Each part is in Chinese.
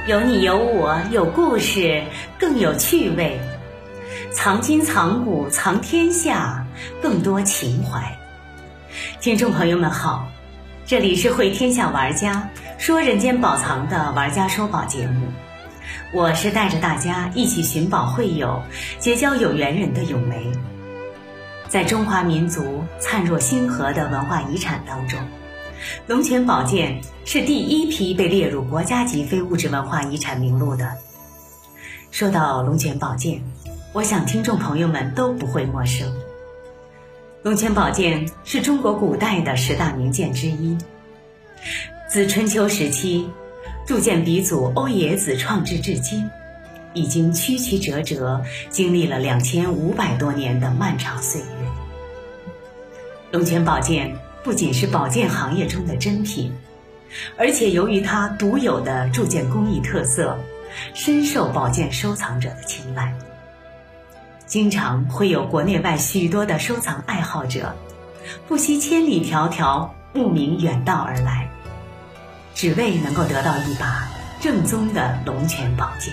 有你有我，有故事，更有趣味。藏今藏古藏天下，更多情怀。听众朋友们好，这里是会天下玩家说人间宝藏的玩家说宝节目，我是带着大家一起寻宝会友，结交有缘人的咏梅。在中华民族灿若星河的文化遗产当中，龙泉宝剑是第一批被列入国家级非物质文化遗产名录的。说到龙泉宝剑，我想听众朋友们都不会陌生。龙泉宝剑是中国古代的10大名剑之一，自春秋时期铸剑鼻祖欧冶子创制至今，已经曲曲折折，经历了2500多年的漫长岁月。龙泉宝剑不仅是宝剑行业中的珍品，而且由于它独有的铸剑工艺特色，深受宝剑收藏者的青睐。经常会有国内外许多的收藏爱好者不惜千里迢迢慕名远道而来，只为能够得到一把正宗的龙泉宝剑。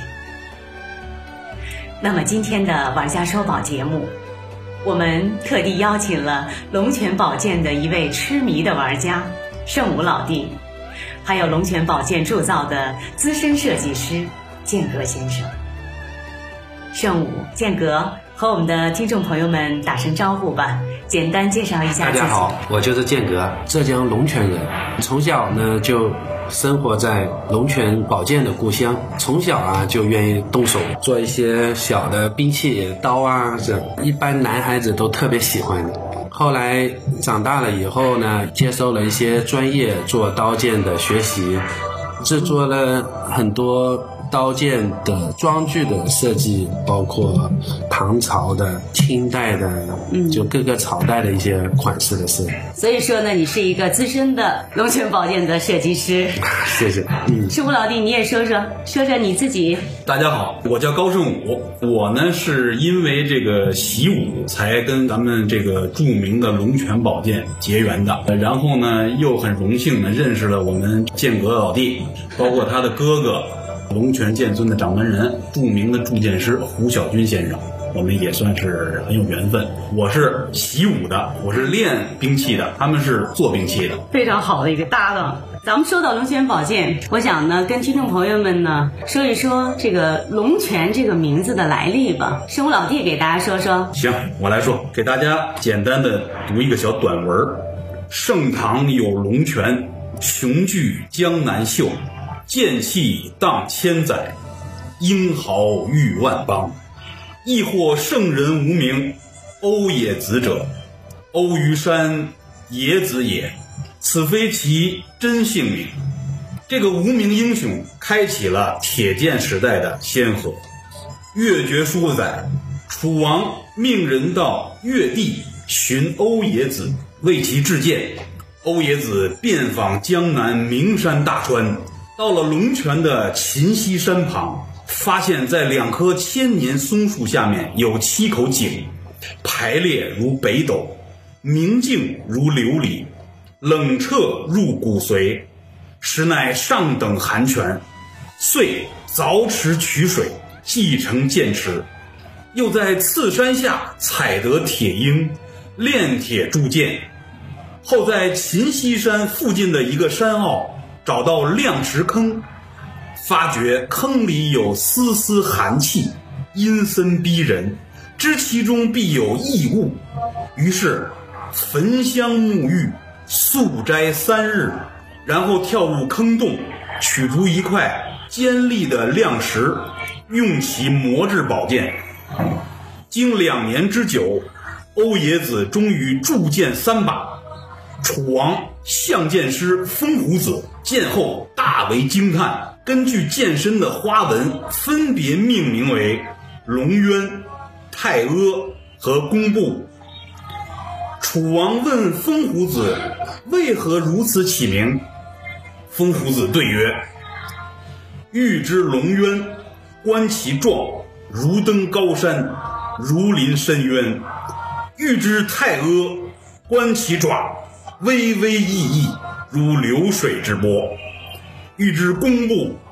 那么今天的玩家说宝节目，我们特地邀请了龙泉宝剑的一位痴迷的玩家圣武老弟，还有龙泉宝剑铸造的资深设计师剑阁先生。圣武、剑阁和我们的听众朋友们打声招呼吧，简单介绍一下自己。 大家好，我就是剑阁，浙江龙泉人，从小呢就生活在龙泉宝剑的故乡，从小就愿意动手做一些小的兵器，刀啊，这一般男孩子都特别喜欢。后来长大了以后呢，接受了一些专业做刀剑的学习，制作了很多刀剑的装具的设计，包括唐朝的、清代的，就各个朝代的一些款式的设计。 所以说呢，你是一个资深的龙泉宝剑的设计师。 谢谢。 师傅老弟，你也说说你自己。 大家好，我叫高胜武，我呢是因为这个习武才跟咱们这个著名的龙泉宝剑结缘的，然后呢又很荣幸的认识了我们剑阁老弟，包括他的哥哥龙泉剑尊的掌门人，著名的铸剑师胡小军先生，我们也算是很有缘分。我是习武的，我是练兵器的，他们是做兵器的， 非常好的一个搭档。咱们说到龙泉宝剑，我想呢跟听众朋友们呢说一说这个龙泉这个名字的来历吧。圣武老弟给大家说说。 行，我来说，给大家简单的读一个小短文。盛唐有龙泉，雄踞江南秀，剑气荡千载，英豪御万邦。亦或圣人无名，欧冶子者，欧于山冶子也，此非其真姓名。这个无名英雄开启了铁剑时代的先河。越绝书载，楚王命人到越地寻欧冶子，为其制剑。欧冶子遍访江南名山大川，到了龙泉的秦溪山旁，发现在2棵千年松树下面有7口井，排列如北斗，明净如琉璃，冷彻入骨髓，实乃上等寒泉。遂凿池取水，继承剑池，又在次山下采得铁鹰，炼铁铸剑。后在秦溪山附近的一个山坳找到亮石坑，发觉坑里有丝丝寒气，阴森逼人，知其中必有异物，于是焚香沐浴，素斋3日，然后跳入坑洞，取出一块尖利的亮石，用其磨制宝剑。经2年之久，欧冶子终于铸剑3把。楚王相剑师风胡子见后大为惊叹，根据剑身的花纹分别命名为龙渊、太阿和工部。楚王问风胡子为何如此起名，风胡子对曰：欲知龙渊，观其状，如登高山，如临深渊；欲知太阿，观其爪，微微熠熠，如流水之波；欲知工部，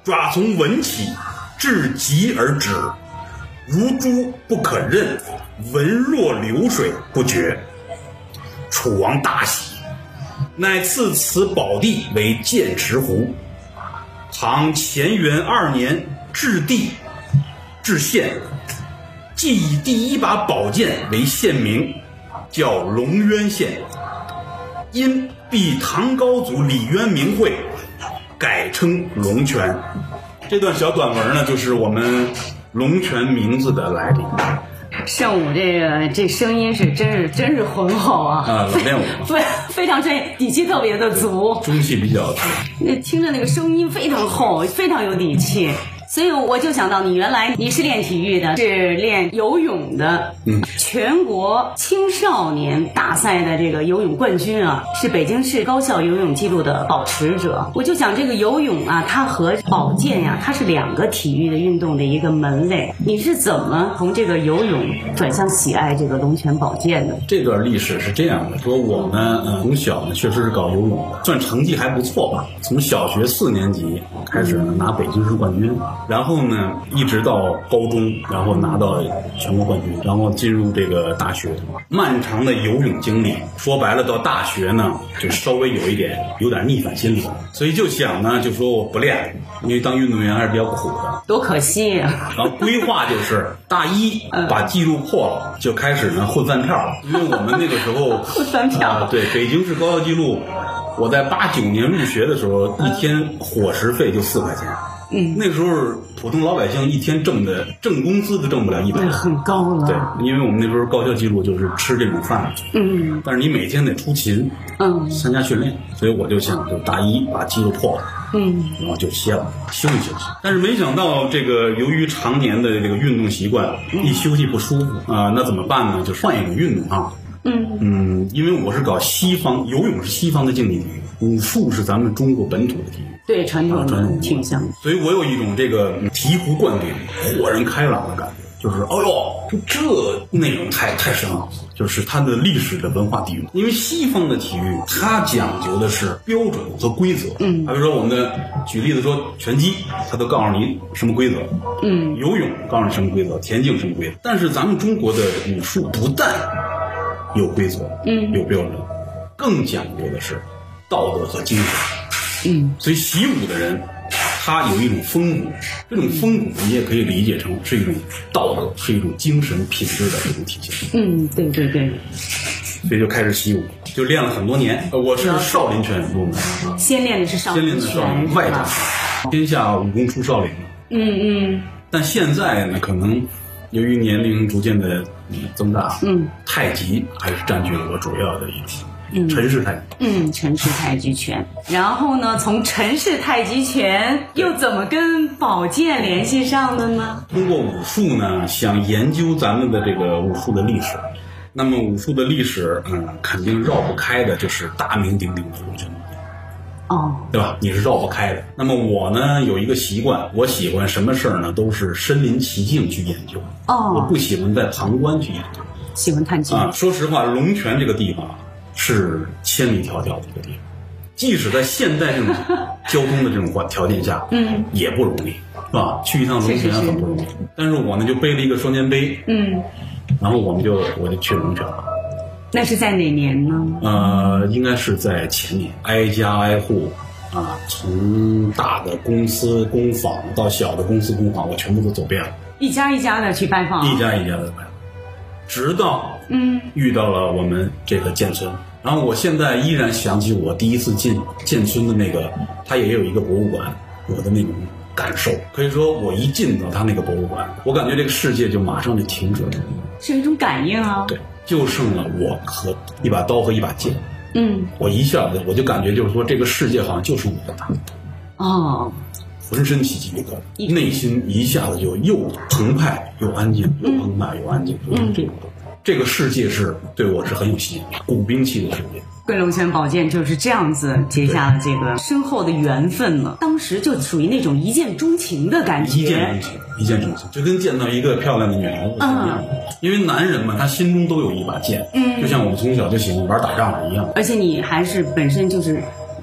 爪从文起，至极而止，如珠不可任，文若流水不绝。楚王大喜，乃赐此宝地为剑池湖。唐乾元2年置地置县，即以第一把宝剑为县名，叫龙渊县。因避唐高祖李渊名讳，改称龙泉。这段小短文呢，就是我们龙泉名字的来历。 圣武这声音是真是浑厚啊！ 老练武， 非常专业，底气特别的足， 中气比较足。 听着那个声音非常厚，非常有底气。所以我就想到，你原来你是练体育的，是练游泳的，全国青少年大赛的这个游泳冠军啊，是北京市高校游泳纪录的保持者。我就想这个游泳啊，它和保健呀，它是2个体育的运动的一个门类。你是怎么从这个游泳转向喜爱这个龙泉宝剑的？ 这段历史是这样的，说我呢，从小呢确实是搞游泳的，算成绩还不错吧。从小学4年级开始呢，拿北京市冠军。然后呢，一直到高中，然后拿到全国冠军，然后进入这个大学。漫长的游泳经历，说白了，到大学呢，就稍微有点逆反心理，所以就想呢，就说我不练，因为当运动员还是比较苦的， 多可惜呀！ 然后规划就是大一把记录破了，就开始呢混饭票了，因为我们那个时候混饭票， 对，北京市高校纪录，我在89年入学的时候，一天伙食费就4块钱。那个时候普通老百姓一天挣工资都挣不了100， 很高了。 对，因为我们那时候高校纪录就是吃这种饭，但是你每天得出勤，参加训练，所以我就想，就大一把记录破了，然后就歇了，休息休息。但是没想到这个由于常年的这个运动习惯，一休息不舒服那怎么办呢？就换一种运动啊。因为我是搞西方游泳，是西方的竞技体育，武术是咱们中国本土的体育， 对传统的倾向， 所以我有一种这个醍醐灌顶、豁然开朗的感觉，就是这内容太深奥了，就是它的历史的文化底蕴。因为西方的体育它讲究的是标准和规则，比如说我们的举例子说拳击，它都告诉你什么规则，游泳告诉你什么规则，田径什么规则。但是咱们中国的武术不但有规则，有标准，更讲究的是道德和精神。所以习武的人，他有一种风骨，这种风骨你也可以理解成是一种道德，是一种精神品质的这种体现。 对对对。 所以就开始习武，就练了很多年。我是少林拳入门， 先练的是少林拳， 外家天下武功出少林。但现在呢，可能由于年龄逐渐的增大，太极还是占据了我主要的一种陈氏太极。 陈氏太极拳。然后呢，从陈氏太极拳又怎么跟宝剑联系上的呢？ 通过武术呢，想研究咱们的这个武术的历史。那么武术的历史，肯定绕不开的就是大名鼎鼎的龙泉宝剑。对吧？你是绕不开的。那么我呢，有一个习惯，我喜欢什么事儿呢，都是身临其境去研究。我不喜欢在旁观去研究， 喜欢探究。 说实话，龙泉这个地方是千里迢迢的一个地方，即使在现代这种交通的这种条件下，也不容易，是吧？去一趟龙泉很不容易。但是我呢，就背了一个双肩背，然后我就去龙泉了。 那是在哪年呢？ 应该是在前年，挨家挨户从大的公司工坊到小的公司工坊，我全部都走遍了， 一家一家的去拜访， 一家一家的拜访，直到遇到了我们这个建村。然后我现在依然想起我第一次进建村的那个，它也有一个博物馆，我的那种感受。可以说我一进到它那个博物馆，我感觉这个世界就马上就停止了， 是一种感应啊。 对，就剩了我和一把刀和一把剑。我一下子我就感觉就是说这个世界好像就是我的大浑身起鸡皮疙瘩，内心一下子就又澎湃又安静，又澎湃又安静，就是这个世界是对我是很有吸引力，古兵器的世界。 跟龙泉宝剑就是这样子结下了这个深厚的缘分了。当时就属于那种一见钟情的感觉， 一见钟情，就跟见到一个漂亮的女孩子一样。因为男人嘛，他心中都有一把剑，就像我们从小就喜欢玩打仗一样。 而且你还是本身就是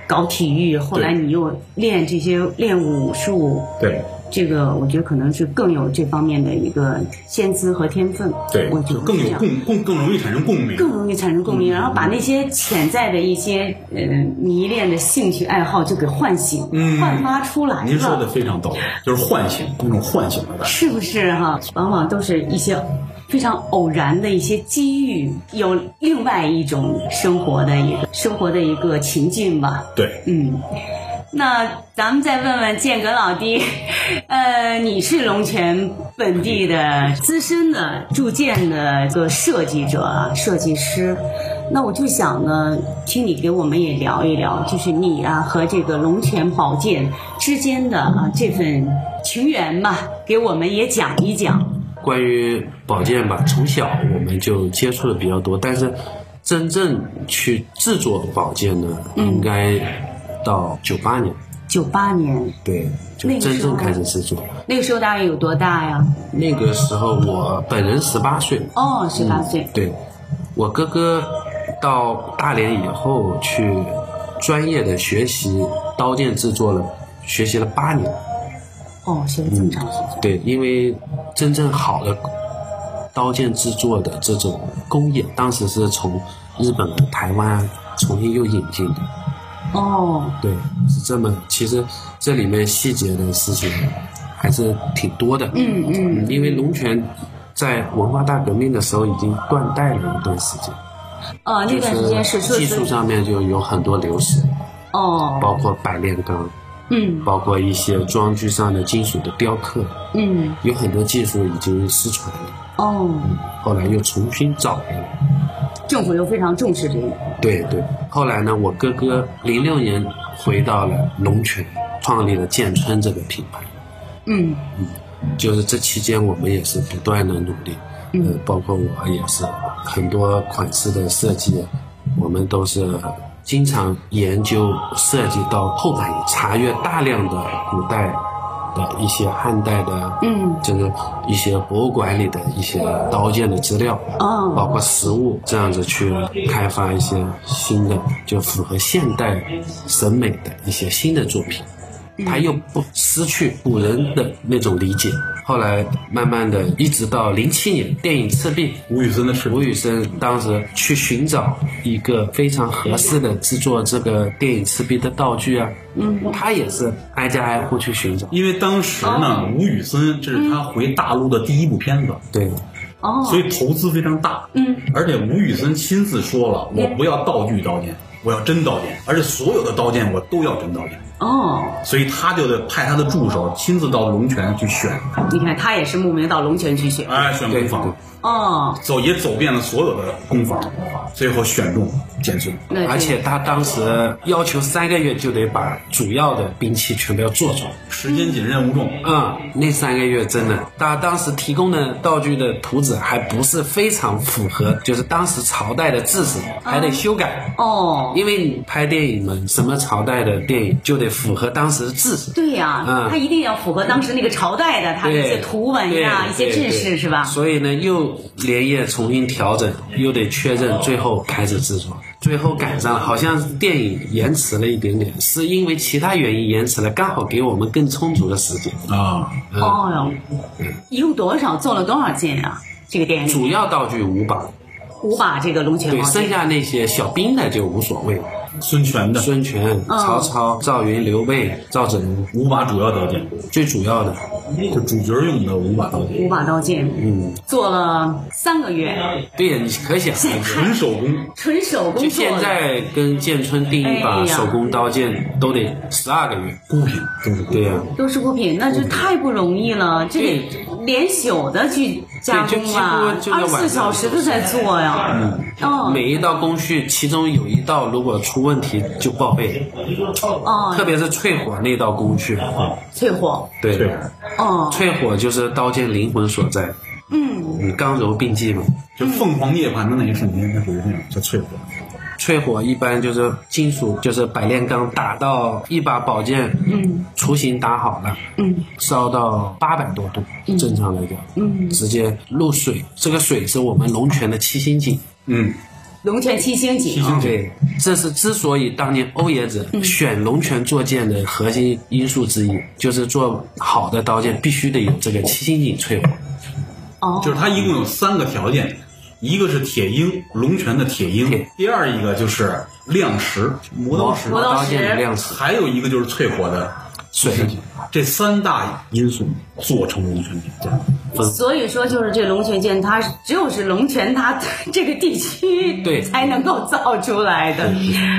搞体育，后来你又练武术， 对， 这个我觉得可能是更有这方面的一个先资和天分。 对， 我觉得更有更容易产生共鸣， 更容易产生共鸣，然后把那些潜在的一些迷恋的兴趣爱好就给唤醒、焕发出来了。 您说的非常到位，就是唤醒那种唤醒的感觉， 是不是哈？往往都是一些非常偶然的一些机遇，有另外一种生活的一个情境吧。 对， 那咱们再问问建革老弟，你是龙泉本地的资深的铸剑的一个设计者啊，设计师。那我就想呢，听你给我们也聊一聊，就是你啊和这个龙泉宝剑之间的这份情缘吧，给我们也讲一讲。 关于宝剑吧，从小我们就接触的比较多，但是真正去制作宝剑呢，应该到98年。 98年， 对，就真正开始制作。 那个时候大概有多大呀？ 那个时候我本人18岁。 哦，18岁。 对，我哥哥到大连以后去专业的学习刀剑制作学习了8年。 哦，学了这么长时间。 对，因为真正好的刀剑制作的这种工艺，当时是从日本、台湾重新又引进的。 哦， 对，是这么。其实这里面细节的事情还是挺多的。因为龙泉在文化大革命的时候已经断代了一段时间。 那段时间是技术上面就有很多流失。 哦， 包括百炼钢。包括一些装具上的金属的雕刻。有很多技术已经失传了。 哦， 后来又重新找回来。 政府又非常重视这个。 对对，后来呢，我哥哥06年回到了龙泉，创立了剑春这个品牌。就是这期间我们也是不断的努力。包括我也是很多款式的设计，我们都是经常研究设计到后半夜，查阅大量的古代的一些汉代的这个一些博物馆里的一些刀剑的资料，包括实物，这样子去开发一些新的就符合现代审美的一些新的作品，他又不失去古人的那种理解。后来慢慢的一直到07年电影《赤壁》， 吴宇森的赤壁， 吴宇森当时去寻找一个非常合适的制作这个电影《赤壁》的道具啊，他也是挨家挨户去寻找。 因为当时呢，吴宇森这是他回大陆的第一部片子。 对。 所以投资非常大。而且吴宇森亲自说了，我不要道具刀剑，我要真刀剑，而且所有的刀剑我都要真刀剑。所以他就得派他的助手亲自到龙泉去选。 你看他也是慕名到龙泉去选。 选工坊。也走遍了所有的工坊，最后选中剑春。 而且他当时要求3个月就得把主要的兵器全部要做出来， 时间紧任务重。 那3个月真的，他当时提供的道具的图纸还不是非常符合，就是当时朝代的制式，还得修改。因为你拍电影嘛，什么朝代的电影就得符合当时的制式。 对呀，他一定要符合当时那个朝代的他的一些图文呀，一些制式，是吧？ 所以呢，又连夜重新调整，又得确认，最后开始制作。最后赶上了，好像电影延迟了一点点，是因为其他原因延迟了，刚好给我们更充足的时间。 一共做了多少件啊？这个电影主要道具5把 ，5把这个龙泉宝剑， 对，剩下那些小兵的就无所谓。 孙权、 曹操、赵云、刘备、赵子龙 ，5把主要刀剑， 最主要的就主角用的5把刀剑。 5把刀剑，做了3个月。 对，你可想纯手工， 就现在跟剑春第一把手工刀剑都得12个月， 孤品都是。 对呀， 都是孤品，那就太不容易了，这得连宿的去加工啊，24小时都在做呀。 每一道工序，其中有一道如果出问题就报备。特别是淬火那道工序。 淬火。 对。淬火就是刀剑灵魂所在。刚柔并济嘛。 就凤凰涅槃的那一瞬间，它属于那种叫淬火。 淬火一般就是金属，就是百炼钢打到一把宝剑，雏形打好了，烧到800多度，正常来讲，直接入水，这个水是我们龙泉的7星井， 龙泉七星锦。 对，这是之所以当年欧冶子选龙泉做剑的核心因素之一，就是做好的刀剑必须得有这个七星锦淬火。 就是它一共有3个条件，一个是铁鹰，龙泉的铁鹰，第二一个就是亮石，磨刀石， 刀剑的亮石， 还有一个就是淬火的水。这3大因素做成龙泉剑。 所以说，就是这龙泉剑，它只有是龙泉它这个地区对才能够造出来的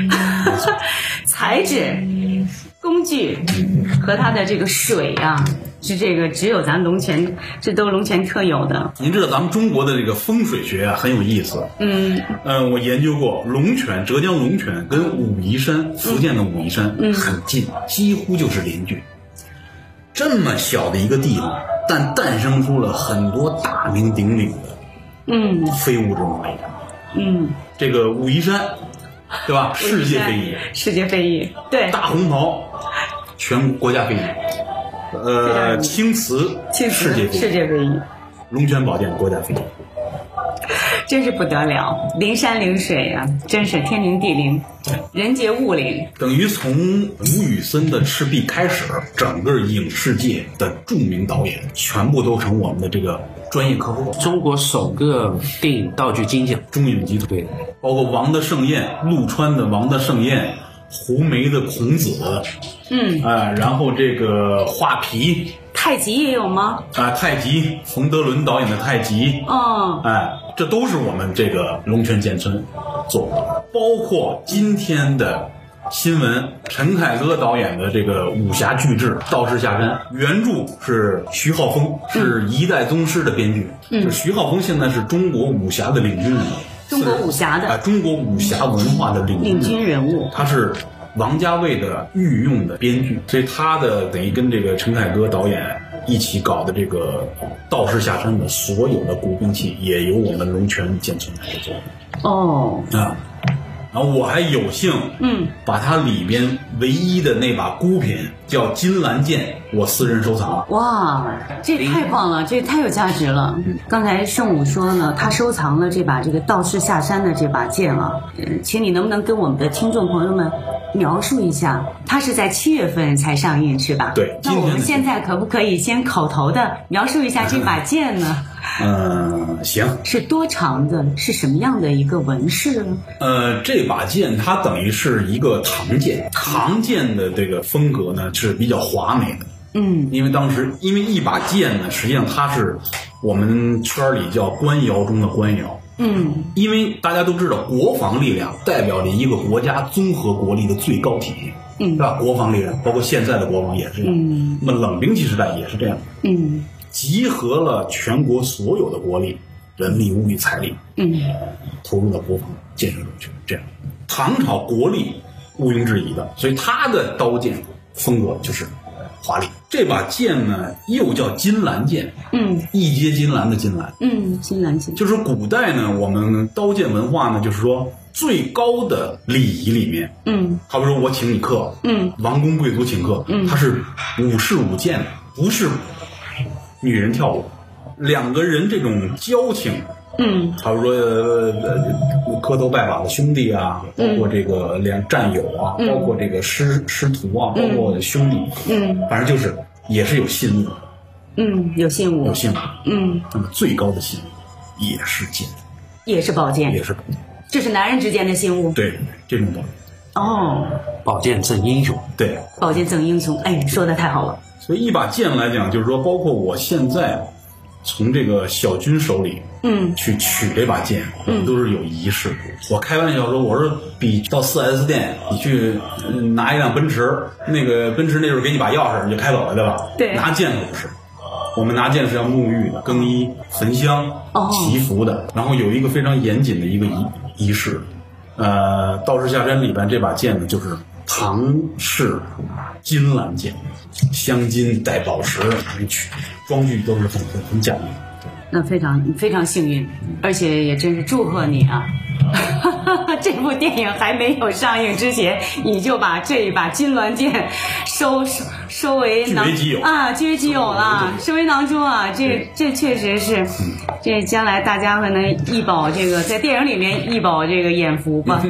材质、工具和它的这个水啊。是这个只有咱龙泉，这都龙泉特有的。 您知道咱们中国的这个风水学啊很有意思。我研究过龙泉，浙江龙泉跟武夷山，福建的武夷山很近，几乎就是邻居。这么小的一个地方，但诞生出了很多大名鼎鼎的非物质文明。这个武夷山，对吧？世界非遗， 世界非遗，对。 大红袍，全国家非遗。青瓷世界非遗，龙泉宝剑国家非遗， 真是不得了！灵山灵水啊，真是天灵地灵，人杰物灵。 等于从吴宇森的《赤壁》开始，整个影视界的著名导演全部都成我们的这个专业客户。 中国首个电影道具金奖， 中影集团， 对， 包括王的盛宴、陆川的王的盛宴。胡梅的孔子，然后这个画皮， 太极也有吗？ 太极，冯德伦导演的太极，这都是我们这个龙泉剑村做的，包括今天的新闻，陈凯歌导演的这个武侠巨制《道士下山》，原著是徐浩峰，是一代宗师的编剧，就徐浩峰现在是中国武侠的领军人物。 中国武侠的中国武侠文化的领军人物，他是王家卫的御用的编剧，所以他的等于跟这个陈凯歌导演一起搞的这个道士下山的所有的古兵器，也由我们龙泉剑村来做。然后我还有幸把它里边唯一的那把孤品叫金兰剑，我私人收藏。 哇，这太棒了，这太有价值了。刚才圣武说呢，他收藏了这把这个道士下山的这把剑啊，请你能不能跟我们的听众朋友们描述一下？它是在7月份才上映是吧？ 对。 那我们现在可不可以先口头的描述一下这把剑呢？ 行。 是多长的？是什么样的一个纹饰呢？ 这把剑它等于是一个唐剑，唐剑的这个风格呢是比较华美的。因为一把剑呢，实际上它是我们圈里叫官窑中的官窑。因为大家都知道，国防力量代表着一个国家综合国力的最高体现，对吧？国防力量包括现在的国防也是这样，那么冷兵器时代也是这样。集合了全国所有的国力、人力、物力、财力，投入到国防建设中去。这样，唐朝国力毋庸置疑的，所以它的刀剑风格就是华丽。这把剑呢，又叫金兰剑，一阶金兰的金兰， 金兰剑， 就是古代呢，我们刀剑文化呢，就是说最高的礼仪里面，好比说我请你客，王公贵族请客，他是舞士舞剑，不是女人跳舞，两个人这种交情，好比说磕头拜把的兄弟啊，包括这个连战友啊，包括这个师徒啊，包括兄弟，反正就是也是有信物， 有信物， 那么最高的信物也是剑， 也是宝剑， 也是宝剑， 这是男人之间的信物， 对，这种宝剑， 宝剑赠英雄， 对， 宝剑赠英雄，哎，说的太好了。 所以一把剑来讲，就是说，包括我现在从这个小军手里，去取这把剑，都是有仪式。我开玩笑说，我说比到4S店，你去拿一辆奔驰，那个奔驰那时候给你把钥匙，你就开走了，对吧？ 对。 拿剑可不是，我们拿剑是要沐浴的、更衣、焚香、祈福的，然后有一个非常严谨的一个仪式。道士下山里边这把剑呢，就是唐式金兰剑，镶金带宝石，装具都是很讲究。 那非常非常幸运，而且也真是祝贺你啊！ 这部电影还没有上映之前，你就把这一把金銮剑收为囊啊，据为己有了，收为囊中啊。这确实是，这将来大家可能一饱这个在电影里面一饱这个眼福吧。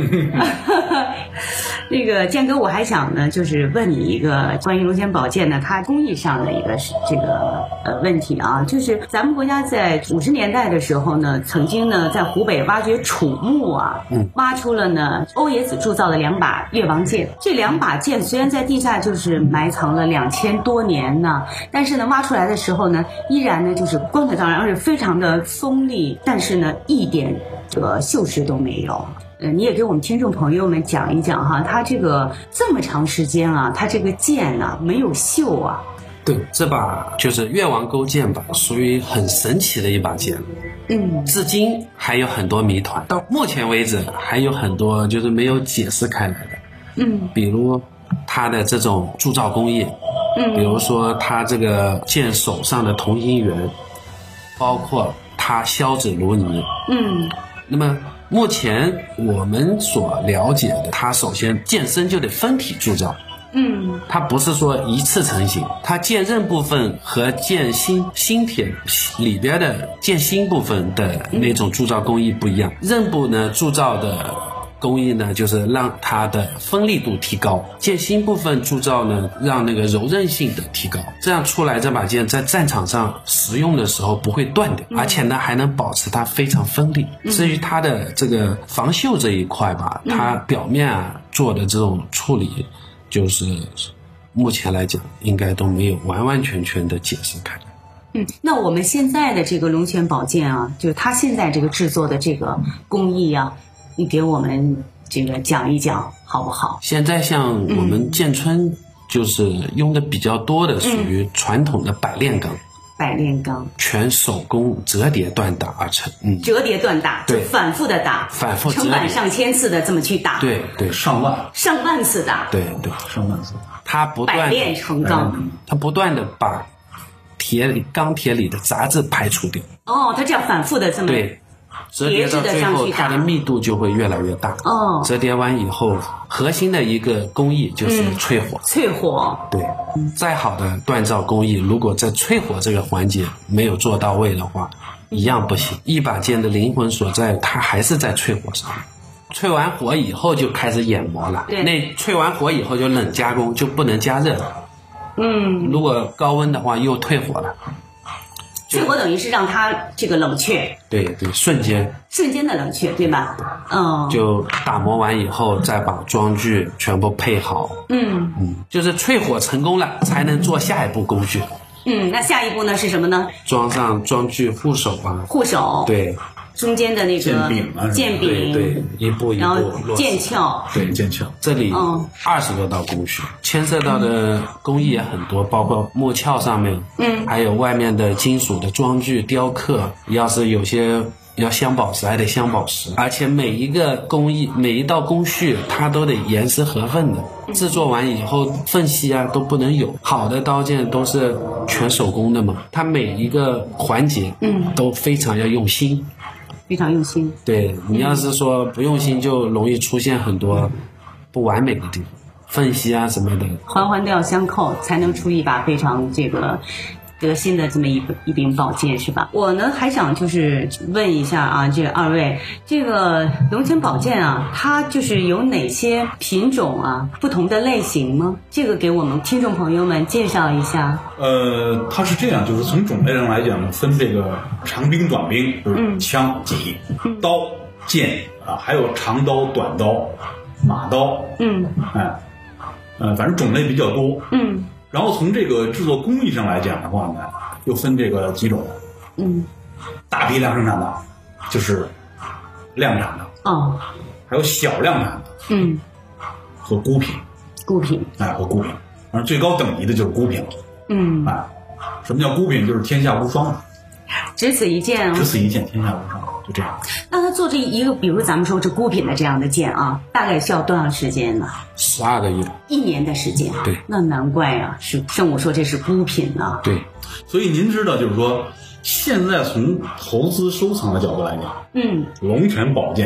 那个建哥，我还想呢，就是问你一个关于龙泉宝剑呢，它工艺上的一个这个问题啊，就是咱们国家在50年代的时候呢，曾经呢在湖北挖掘楚墓啊，挖出了呢欧冶子铸造的2把越王剑。这2把剑虽然在地下就是埋藏了2000多年呢，但是呢挖出来的时候呢，依然呢就是光彩照人，而且非常的锋利，但是呢一点这个锈蚀都没有。你也给我们听众朋友们讲一讲哈，它这个这么长时间啊，它这个剑啊没有锈啊。 对，这把就是越王勾践吧，属于很神奇的一把剑。至今还有很多谜团，到目前为止还有很多就是没有解释开来的。比如它的这种铸造工艺，比如说它这个剑手上的同心圆，包括它削纸如泥。那么目前我们所了解的，它首先剑身就得分体铸造。它不是说一次成型，它剑刃部分和剑心铁里边的剑心部分的那种铸造工艺不一样。刃部呢铸造的工艺呢，就是让它的锋利度提高；剑心部分铸造呢，让那个柔韧性的提高。这样出来这把剑在战场上使用的时候不会断掉，而且呢还能保持它非常锋利。至于它的这个防锈这一块吧，它表面啊做的这种处理，就是目前来讲应该都没有完完全全的解释开来。 那我们现在的这个龙泉宝剑啊，就是它现在这个制作的这个工艺啊，你给我们这个讲一讲好不好？ 现在像我们建春就是用的比较多的，属于传统的百炼钢。 百炼钢全手工折叠锻打而成。 折叠锻打，对，反复的打， 反复成百上千次的这么去打， 对对， 上万次打， 对对， 上万次。 它不断百炼成钢， 它不断的把钢铁里的杂质排除掉。 它这样反复的这么对。折叠到最后，它的密度就会越来越大。折叠完以后，核心的一个工艺就是淬火。 淬火， 对，再好的锻造工艺，如果在淬火这个环节没有做到位的话，一样不行。一把剑的灵魂所在，它还是在淬火上。淬完火以后就开始研磨了。那淬完火以后就冷加工，就不能加热了。如果高温的话又退火了。 淬火等于是让它这个冷却， 对对，瞬间的冷却，对吧？ 就打磨完以后，再把装具全部配好。就是淬火成功了，才能做下一步工序。 那下一步呢是什么呢？ 装上装具护手啊， 护手， 对。 中间的那个剑柄， 对，一步一步， 然后剑鞘， 对，剑鞘， 这里20多道工序，牵涉到的工艺也很多，包括木鞘上面，还有外面的金属的装具雕刻，要是有些要镶宝石，还得镶宝石，而且每一个工艺，每一道工序，它都得严丝合缝的，制作完以后缝隙啊都不能有。好的刀剑都是全手工的嘛，它每一个环节，都非常要用心。 非常用心， 对，你要是说不用心，就容易出现很多不完美的地方，缝隙啊什么的， 环环都要相扣，才能出一把非常这个得心的这么一柄宝剑，是吧？我呢还想就是问一下啊，这二位，这个龙泉宝剑啊，它就是有哪些品种啊，不同的类型吗？这个给我们听众朋友们介绍一下。 它是这样，就是从种类上来讲，分这个长兵、短兵，就是枪、戟、刀、剑啊，还有长刀、短刀、马刀，反正种类比较多，然后从这个制作工艺上来讲的话呢，又分这个几种，大批量生产的，就是量产的，还有小量产的，和孤品，和孤品，反正最高等级的就是孤品了。什么叫孤品？就是天下无双的， 只此一剑， 只此一剑，天下无双，就这样。 那他做这一个，比如咱们说这孤品的这样的剑啊，大概需要多长时间呢 ？12个月 ，1年的时间。 对， 那难怪啊，是圣母说这是孤品啊。 对， 所以您知道，就是说，现在从投资收藏的角度来讲，龙泉宝剑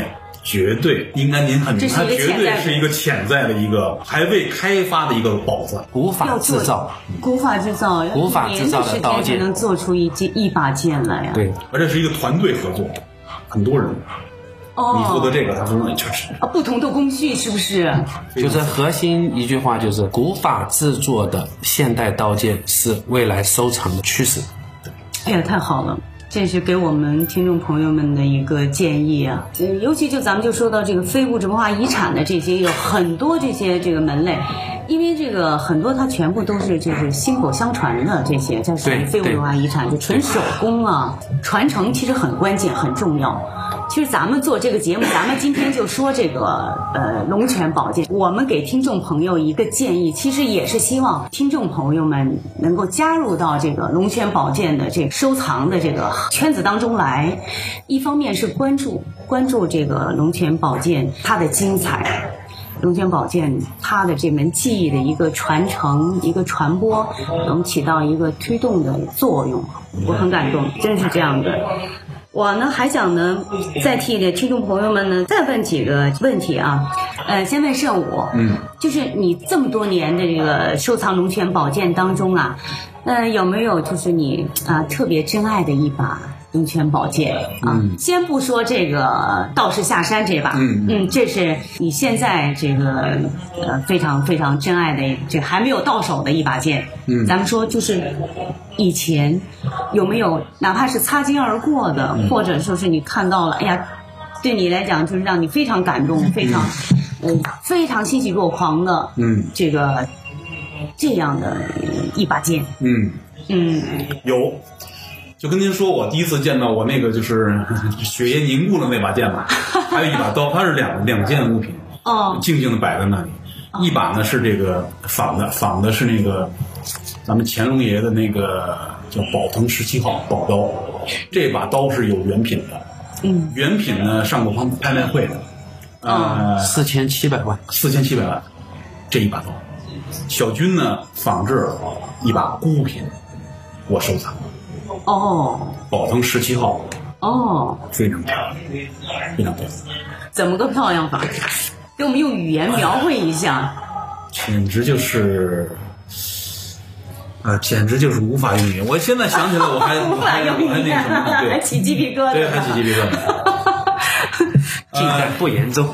绝对应该您很明白，它这是一个绝对是一个潜在的一个还未开发的一个宝藏。 古法制造， 古法制造， 古法制造的刀剑才能做出一把剑来呀。 对， 而且是一个团队合作，很多人。你负责这个，他负责那，就是不同的工序，是不是？ 就是核心一句话就是古法制作的现代刀剑是未来收藏的趋势。 哎呀，太好了！这是给我们听众朋友们的一个建议啊，尤其咱们就说到这个非物质文化遗产的这些，有很多这个门类，因为这个很多它全部都是就是薪火相传的这些，叫属于非物质文化遗产，就纯手工啊，传承其实很关键很重要。其实咱们做这个节目，咱们今天就说这个龙泉宝剑，我们给听众朋友一个建议，其实也是希望听众朋友们能够加入到这个龙泉宝剑的这个收藏的这个圈子当中来。一方面是关注这个龙泉宝剑它的精彩，龙泉宝剑它的这门技艺的一个传承、一个传播，能起到一个推动的作用。我很感动，真是这样的。我呢还想呢再替听众朋友们呢再问几个问题啊，先问圣武，就是你这么多年的这个收藏龙泉宝剑当中啊，有没有就是你特别珍爱的一把龙泉宝剑啊？先不说这个道士下山这把，这是你现在这个非常非常珍爱的，这还没有到手的一把剑。咱们说就是以前有没有哪怕是擦肩而过的，或者说是你看到了，哎呀，对你来讲就是让你非常感动，非常非常欣喜若狂的，这个这样的一把剑。 有。就跟您说，我第一次见到我那个就是血液凝固的那把剑嘛，还有一把刀，它是两件物品，静静的摆在那里。一把呢是这个仿的是那个咱们乾隆爷的那个叫宝腾17号宝刀，这把刀是有原品的，原品呢上过拍卖会的 ，4700万 ，4700万，这一把刀。小军呢仿制了一把孤品，我收藏。宝腾17号，非常漂亮，非常漂亮。 怎么个漂亮法？给我们用语言描绘一下。 简直就是无法用语。我现在想起来，我还无法用语，还起鸡皮疙瘩。 对，还起鸡皮疙瘩。 尽在不言中。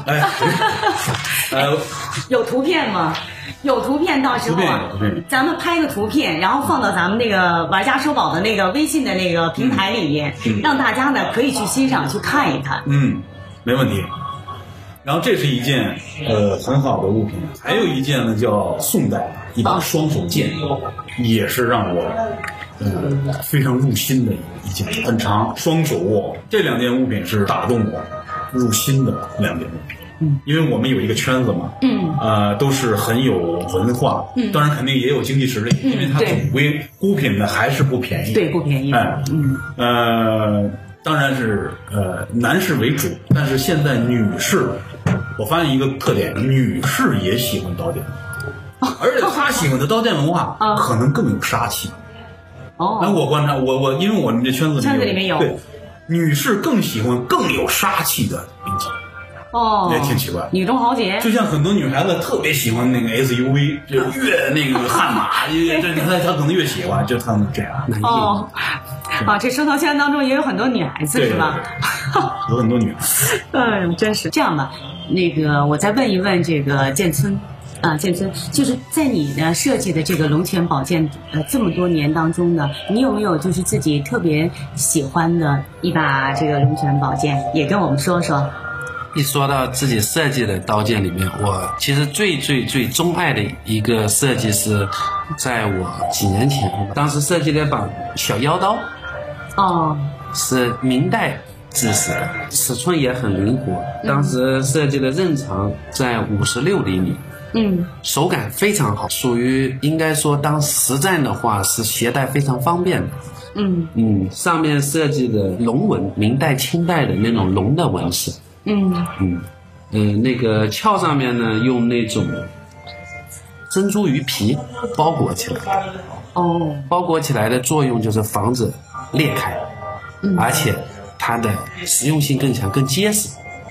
有图片吗？有图片，到时候咱们拍个图片，然后放到咱们那个玩家收宝的那个微信的那个平台里面，让大家呢可以去欣赏、去看一看。 没问题。然后这是一件很好的物品，还有一件呢叫宋代一把双手剑，也是让我非常入心的一件，很长，双手握。这两件物品是打动我入心的两件物品。因为我们有一个圈子嘛，都是很有文化，当然肯定也有经济实力，因为它总归孤品呢还是不便宜， 对，不便宜。 当然是男士为主，但是现在女士，我发现一个特点，女士也喜欢刀剑，而且她喜欢的刀剑文化可能更有杀气。我观察，我因为我们这圈子里面有，对，女士更喜欢更有杀气的兵器。也挺奇怪， 女中豪杰， 就像很多女孩子特别喜欢那个 SUV， 就越那个悍马，她可能越喜欢，就她们这样。 这收藏圈当中也有很多女孩子是吧？ 有很多女孩子。 真是这样吧。那个，我再问一问这个建村建村，就是在你的设计的这个龙泉宝剑这么多年当中呢，你有没有就是自己特别喜欢的一把这个龙泉宝剑，也跟我们说说？ 一说到自己设计的刀剑里面，我其实最钟爱的一个设计是在我几年前，当时设计了一把小腰刀，是明代制式的，尺寸也很灵活，当时设计的刃长在56厘米，手感非常好，属于应该说当实战的话是携带非常方便的。上面设计的龙纹，明代清代的那种龙的纹饰。那个鞘上面呢，用那种珍珠鱼皮包裹起来。包裹起来的作用就是防止裂开，而且它的实用性更强，更结实。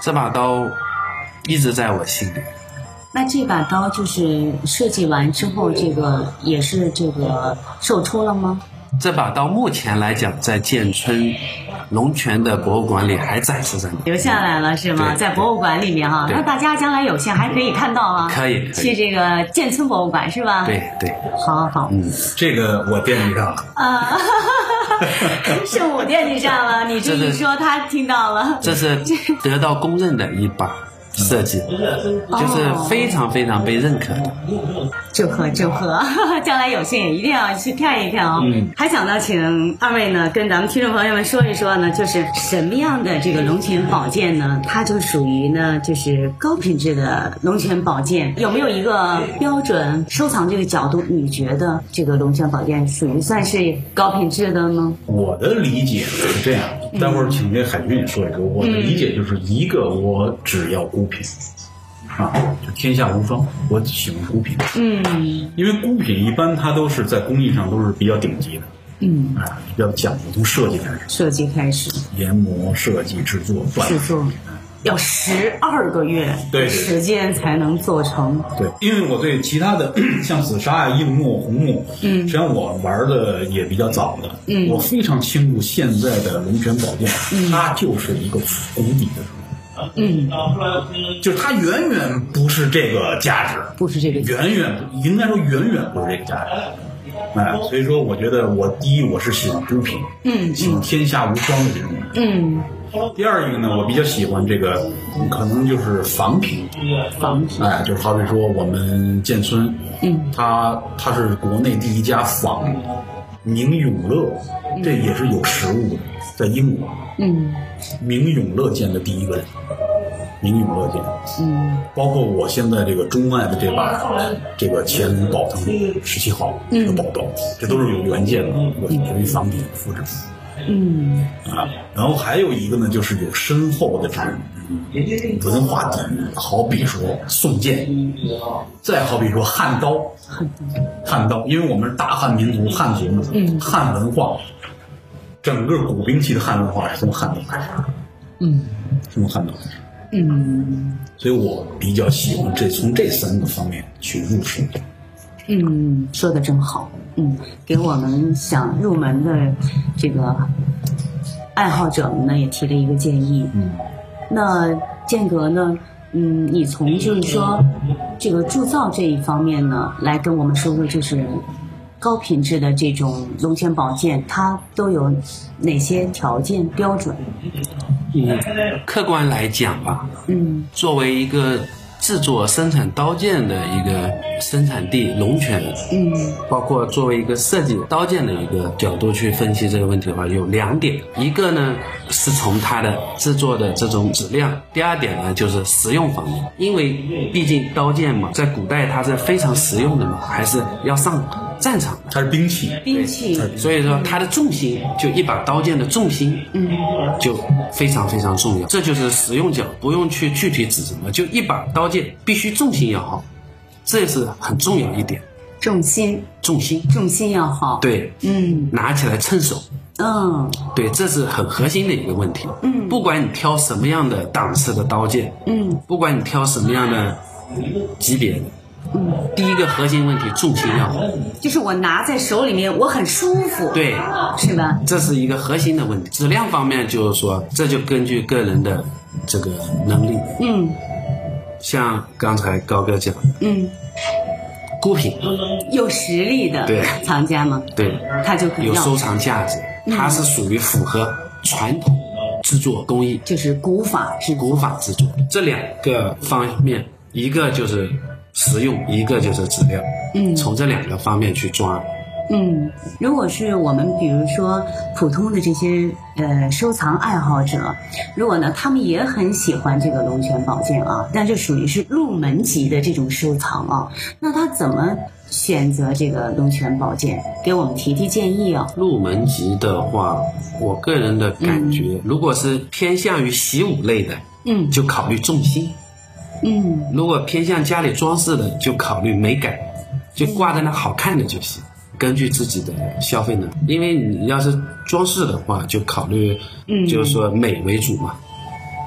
这把刀一直在我心里。 那这把刀就是设计完之后，这个也是这个售出了吗？ 这把刀目前来讲，在建村龙泉的博物馆里还展示着呢， 留下来了是吗？在博物馆里面哈，那大家将来有幸还可以看到啊。 可以去这个建村博物馆是吧？ 对。 好。 这个我惦记上了啊。圣母惦记上了，你这一说他听到了。 这是得到公认的一把设计，就是非常非常被认可的。 祝贺，将来有幸也一定要去看一看哦。还想到请二位呢跟咱们听众朋友们说一说呢，就是什么样的这个龙泉宝剑呢，它就属于呢就是高品质的龙泉宝剑。有没有一个标准收藏这个角度，你觉得这个龙泉宝剑属于算是高品质的呢？ 我的理解是这样，待会儿请这海军也说一说。我的理解就是一个，我只要孤品啊，就天下无双，我喜欢孤品。因为孤品一般它都是在工艺上都是比较顶级的。比较讲究，从设计开始，研磨、设计、制作要12个月时间才能做成。 对，因为我对其他的像紫砂呀、硬墨、红墨，实际上我玩的也比较早的，我非常清楚现在的龙泉宝剑，它就是一个谷底的。就是它远远不是这个价值，远远不是这个价值。所以说我觉得第一我是喜欢孤品，喜欢天下无双的这种。第二一个呢，我比较喜欢这个，可能就是仿品，就是好比说我们建村，它是国内第一家仿明永乐，这也是有实物的，在英国，明永乐剑的第一个人。明永乐剑，包括我现在这个钟爱的这个乾隆宝腾17号这个宝刀，这都是有原件的，我属于仿品复制。然后还有一个呢，就是有深厚的这种文化底蕴，好比说宋剑，再好比说汉刀，因为我们是大汉民族，汉族嘛，汉文化，整个古兵器的汉文化是从汉刀开始的，从汉刀开始。所以我比较喜欢从这3个方面去入手。 说得真好。给我们想入门的这个爱好者们呢也提了一个建议。那剑阁呢，你从就是说这个铸造这一方面呢，来跟我们说说，就是高品质的这种龙泉宝剑，它都有哪些条件标准？ 客观来讲吧，作为一个制作生产刀剑的一个生产地龙泉，包括作为一个设计刀剑的一个角度去分析这个问题的话，有2点。一个呢是从它的制作的这种质量，第二点呢就是实用方面。因为毕竟刀剑嘛，在古代它是非常实用的嘛，还是要上战场的， 它是兵器， 所以说它的重心，就一把刀剑的重心，就非常非常重要。这就是实用角，不用去具体指什么，就一把刀剑必须重心要好，这是很重要一点。 重心要好， 对，拿起来趁手，对，这是很核心的一个问题。不管你挑什么样的档次的刀剑，不管你挑什么样的级别的。第一个核心问题，重心要好， 就是我拿在手里面我很舒服， 对， 是吧？ 这是一个核心的问题。质量方面就是说，这就根据个人的这个能力，像刚才高哥讲，孤品有实力的藏家嘛， 对， 他就有收藏价值，它是属于符合传统制作工艺， 就是古法制作。这2个方面，一个就是实用，一个就是质量，从这2个方面去抓。 如果是我们比如说普通的这些收藏爱好者，如果呢他们也很喜欢这个龙泉宝剑啊，但这属于是入门级的这种收藏啊，那他怎么选择这个龙泉宝剑？给我们提建议啊。 入门级的话，我个人的感觉，如果是偏向于习武类的，就考虑重心。如果偏向家里装饰的，就考虑美感，就挂在那好看的就行。根据自己的消费能力，因为你要是装饰的话，就考虑就是说美为主嘛。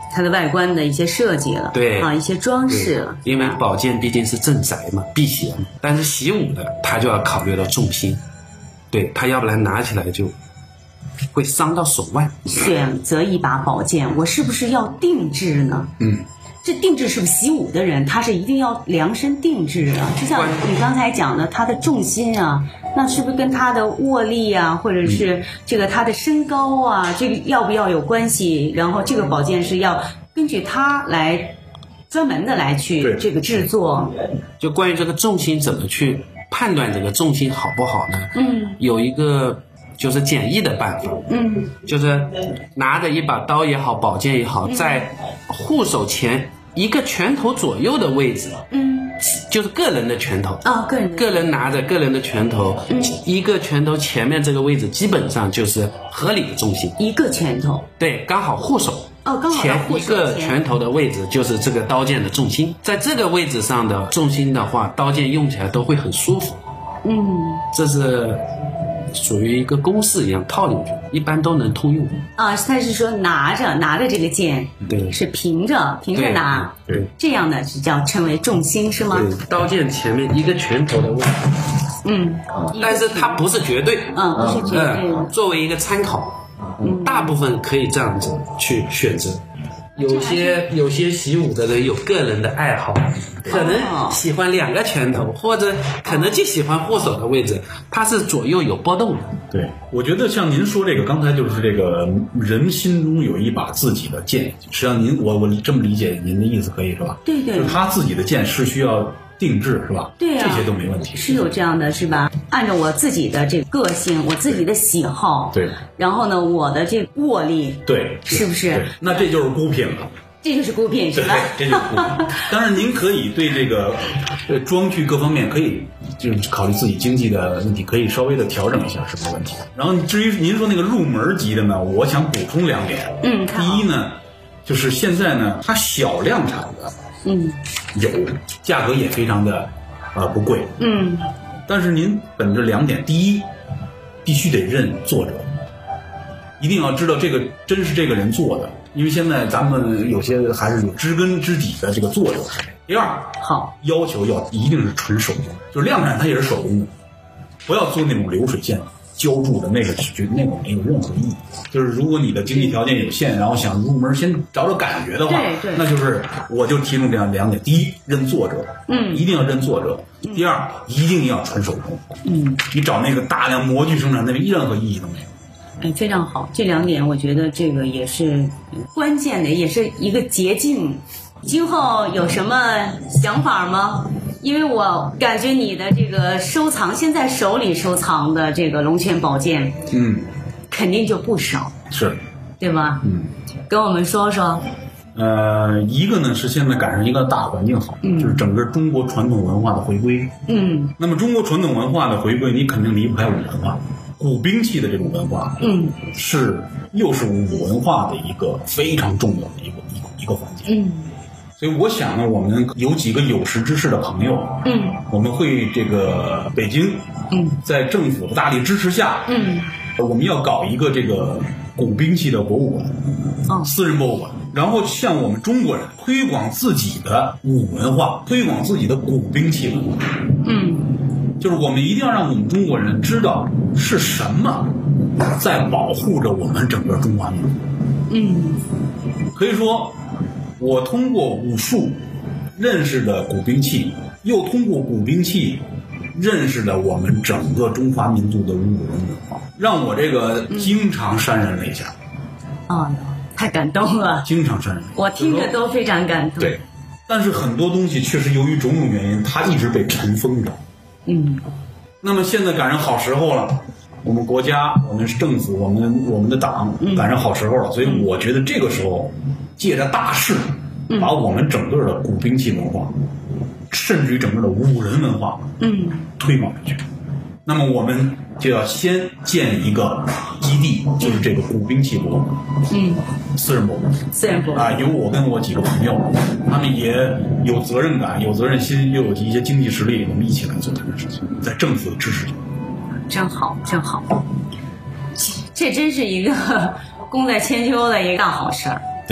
它的外观的一些设计了， 对啊，一些装饰了， 因为宝剑毕竟是镇宅嘛，辟邪嘛。但是习武的他就要考虑到重心，对他要不然拿起来就会伤到手腕。 选择一把宝剑，我是不是要定制呢？这定制是不是习武的人他是一定要量身定制啊？就像你刚才讲的，他的重心啊，那是不是跟他的握力啊，或者是这个他的身高啊，这个要不要有关系？然后这个宝剑是要根据他来专门的来去这个制作。 就关于这个重心怎么去判断这个重心好不好呢？有一个就是简易的办法，就是拿着一把刀也好，宝剑也好，在护手前一个拳头左右的位置，就是个人的拳头啊，个人拿着个人的拳头，一个拳头前面这个位置基本上就是合理的重心， 一个拳头， 对，刚好护手。 刚好前一个拳头的位置就是这个刀剑的重心，在这个位置上的重心的话，刀剑用起来都会很舒服。这是属于一个公式一样套进去，一般都能通用啊。他是说拿着这个剑， 对， 是平着拿， 对， 这样的是叫称为重心是吗？ 对，刀剑前面一个拳头的位置，但是它不是绝对， 不是绝对， 作为一个参考。大部分可以这样子去选择，有些习武的人有个人的爱好，可能喜欢2个拳头，或者可能就喜欢护手的位置，它是左右有波动的。 对，我觉得像您说这个，刚才就是这个人心中有一把自己的剑，实际上我这么理解您的意思可以是吧？ 对， 就是他自己的剑是需要定制是吧？ 对啊， 这些都没问题， 是有这样的是吧？按照我自己的这个个性，我自己的喜好， 对， 然后呢，我的这个握力， 对， 是不是？ 那这就是孤品了。 这就是孤品是吧？ 对，这就是孤品。当然，您可以对这个装具各方面可以就是考虑自己经济的问题，可以稍微的调整一下是没问题。然后至于您说那个入门级的呢，我想补充2点。第一呢，就是现在呢，它小量产的，有价格也非常的不贵，但是您本着2点，第一，必须得认作者，一定要知道这个真是这个人做的。因为现在咱们有些还是有知根知底的这个作者是谁。第二，要求一定是纯手工，就是量产它也是手工的，不要做那种流水线浇筑的那个没有任何意义。就是如果你的经济条件有限，然后想入门先找感觉的话，那就是我就提出这样2点：第一，认作者，一定要认作者；第二，一定要纯手工，你找那个大量模具生产，那任何意义都没有。 非常好，这2点我觉得这个也是关键的，也是一个捷径。今后有什么想法吗？因为我感觉你的这个收藏，现在手里收藏的这个龙泉宝剑，肯定就不少， 是， 对吧？跟我们说说。 一个呢是现在赶上一个大环境好，就是整个中国传统文化的回归。那么中国传统文化的回归，你肯定离不开武文化。古兵器的这种文化，又是武文化的一个非常重要的一个环节。所以我想呢，我们有几个有识之士的朋友，我们会这个北京，在政府的大力支持下，我们要搞一个这个古兵器的博物馆，私人博物馆，然后向我们中国人推广自己的武文化，推广自己的古兵器文化。就是我们一定要让我们中国人知道是什么在保护着我们整个中华民族。可以说，我通过武术认识的古兵器，又通过古兵器认识了我们整个中华民族的武文文化，让我这个经常潸然泪下。 太感动了， 经常潸然泪下， 我听着都非常感动。 对，但是很多东西确实由于种种原因，它一直被尘封着。那么现在赶上好时候了，我们国家、我们政府、我们的党赶上好时候了，所以我觉得这个时候借着大势，把我们整个的古兵器文化，甚至于整个的武人文化，推广出去。那么我们就要先建一个基地，就是这个古兵器博物馆，私人博物馆，由我跟我几个朋友，他们也有责任感、有责任心，又有一些经济实力，我们一起来做这件事情，在政府的支持下。 真好，真好，这真是一个功在千秋的一个大好事儿。 对，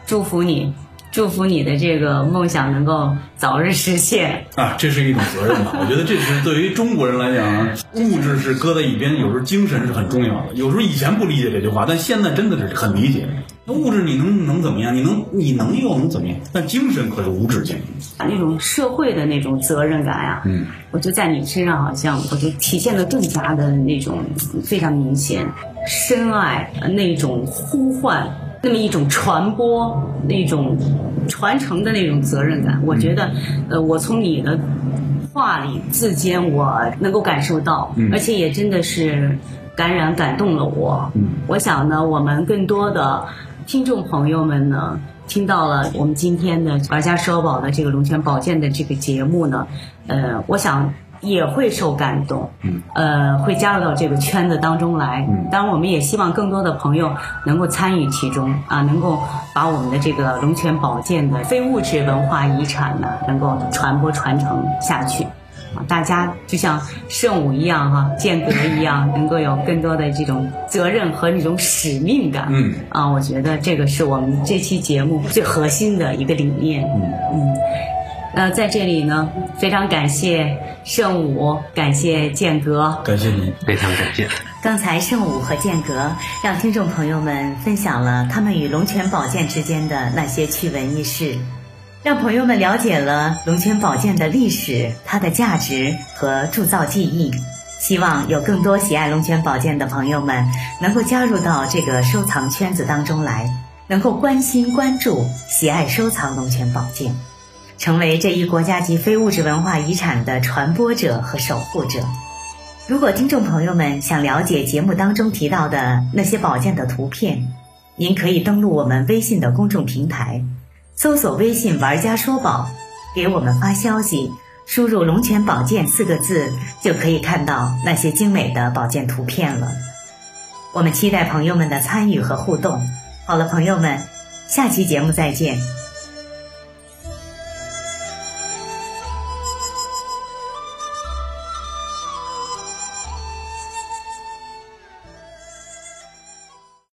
祝福你的这个梦想能够早日实现啊！这是一种责任吧？我觉得这是对于中国人来讲，物质是搁在一边，有时候精神是很重要的。有时候以前不理解这句话，但现在真的是很理解。那物质你能怎么样？你能又能怎么样？但精神可是无止境。 那种社会的那种责任感呀，我就在你身上好像我就体现的更加的那种非常明显，深爱那种呼唤。那么一种传播、那种传承的那种责任感，我觉得，我从你的话里字间我能够感受到，而且也真的是感动了我。我想呢，我们更多的听众朋友们呢，听到了我们今天的玩家说宝的这个龙泉宝剑的这个节目呢，我想也会受感动，会加入到这个圈子当中来。当然我们也希望更多的朋友能够参与其中啊，能够把我们的这个龙泉宝剑的非物质文化遗产呢，能够传承下去。大家就像圣武一样哈，剑阁一样，能够有更多的这种责任和那种使命感。我觉得这个是我们这期节目最核心的一个理念。在这里呢，非常感谢圣武，感谢剑阁， 感谢您， 非常感谢。 刚才圣武和剑阁让听众朋友们分享了他们与龙泉宝剑之间的那些趣闻轶事，让朋友们了解了龙泉宝剑的历史、它的价值和铸造技艺。希望有更多喜爱龙泉宝剑的朋友们能够加入到这个收藏圈子当中来，能够关心、关注、喜爱收藏龙泉宝剑，成为这一国家级非物质文化遗产的传播者和守护者。如果听众朋友们想了解节目当中提到的那些宝剑的图片，您可以登录我们微信的公众平台，搜索微信玩家说宝，给我们发消息，输入龙泉宝剑4个字，就可以看到那些精美的宝剑图片了。我们期待朋友们的参与和互动。好了，朋友们，下期节目再见。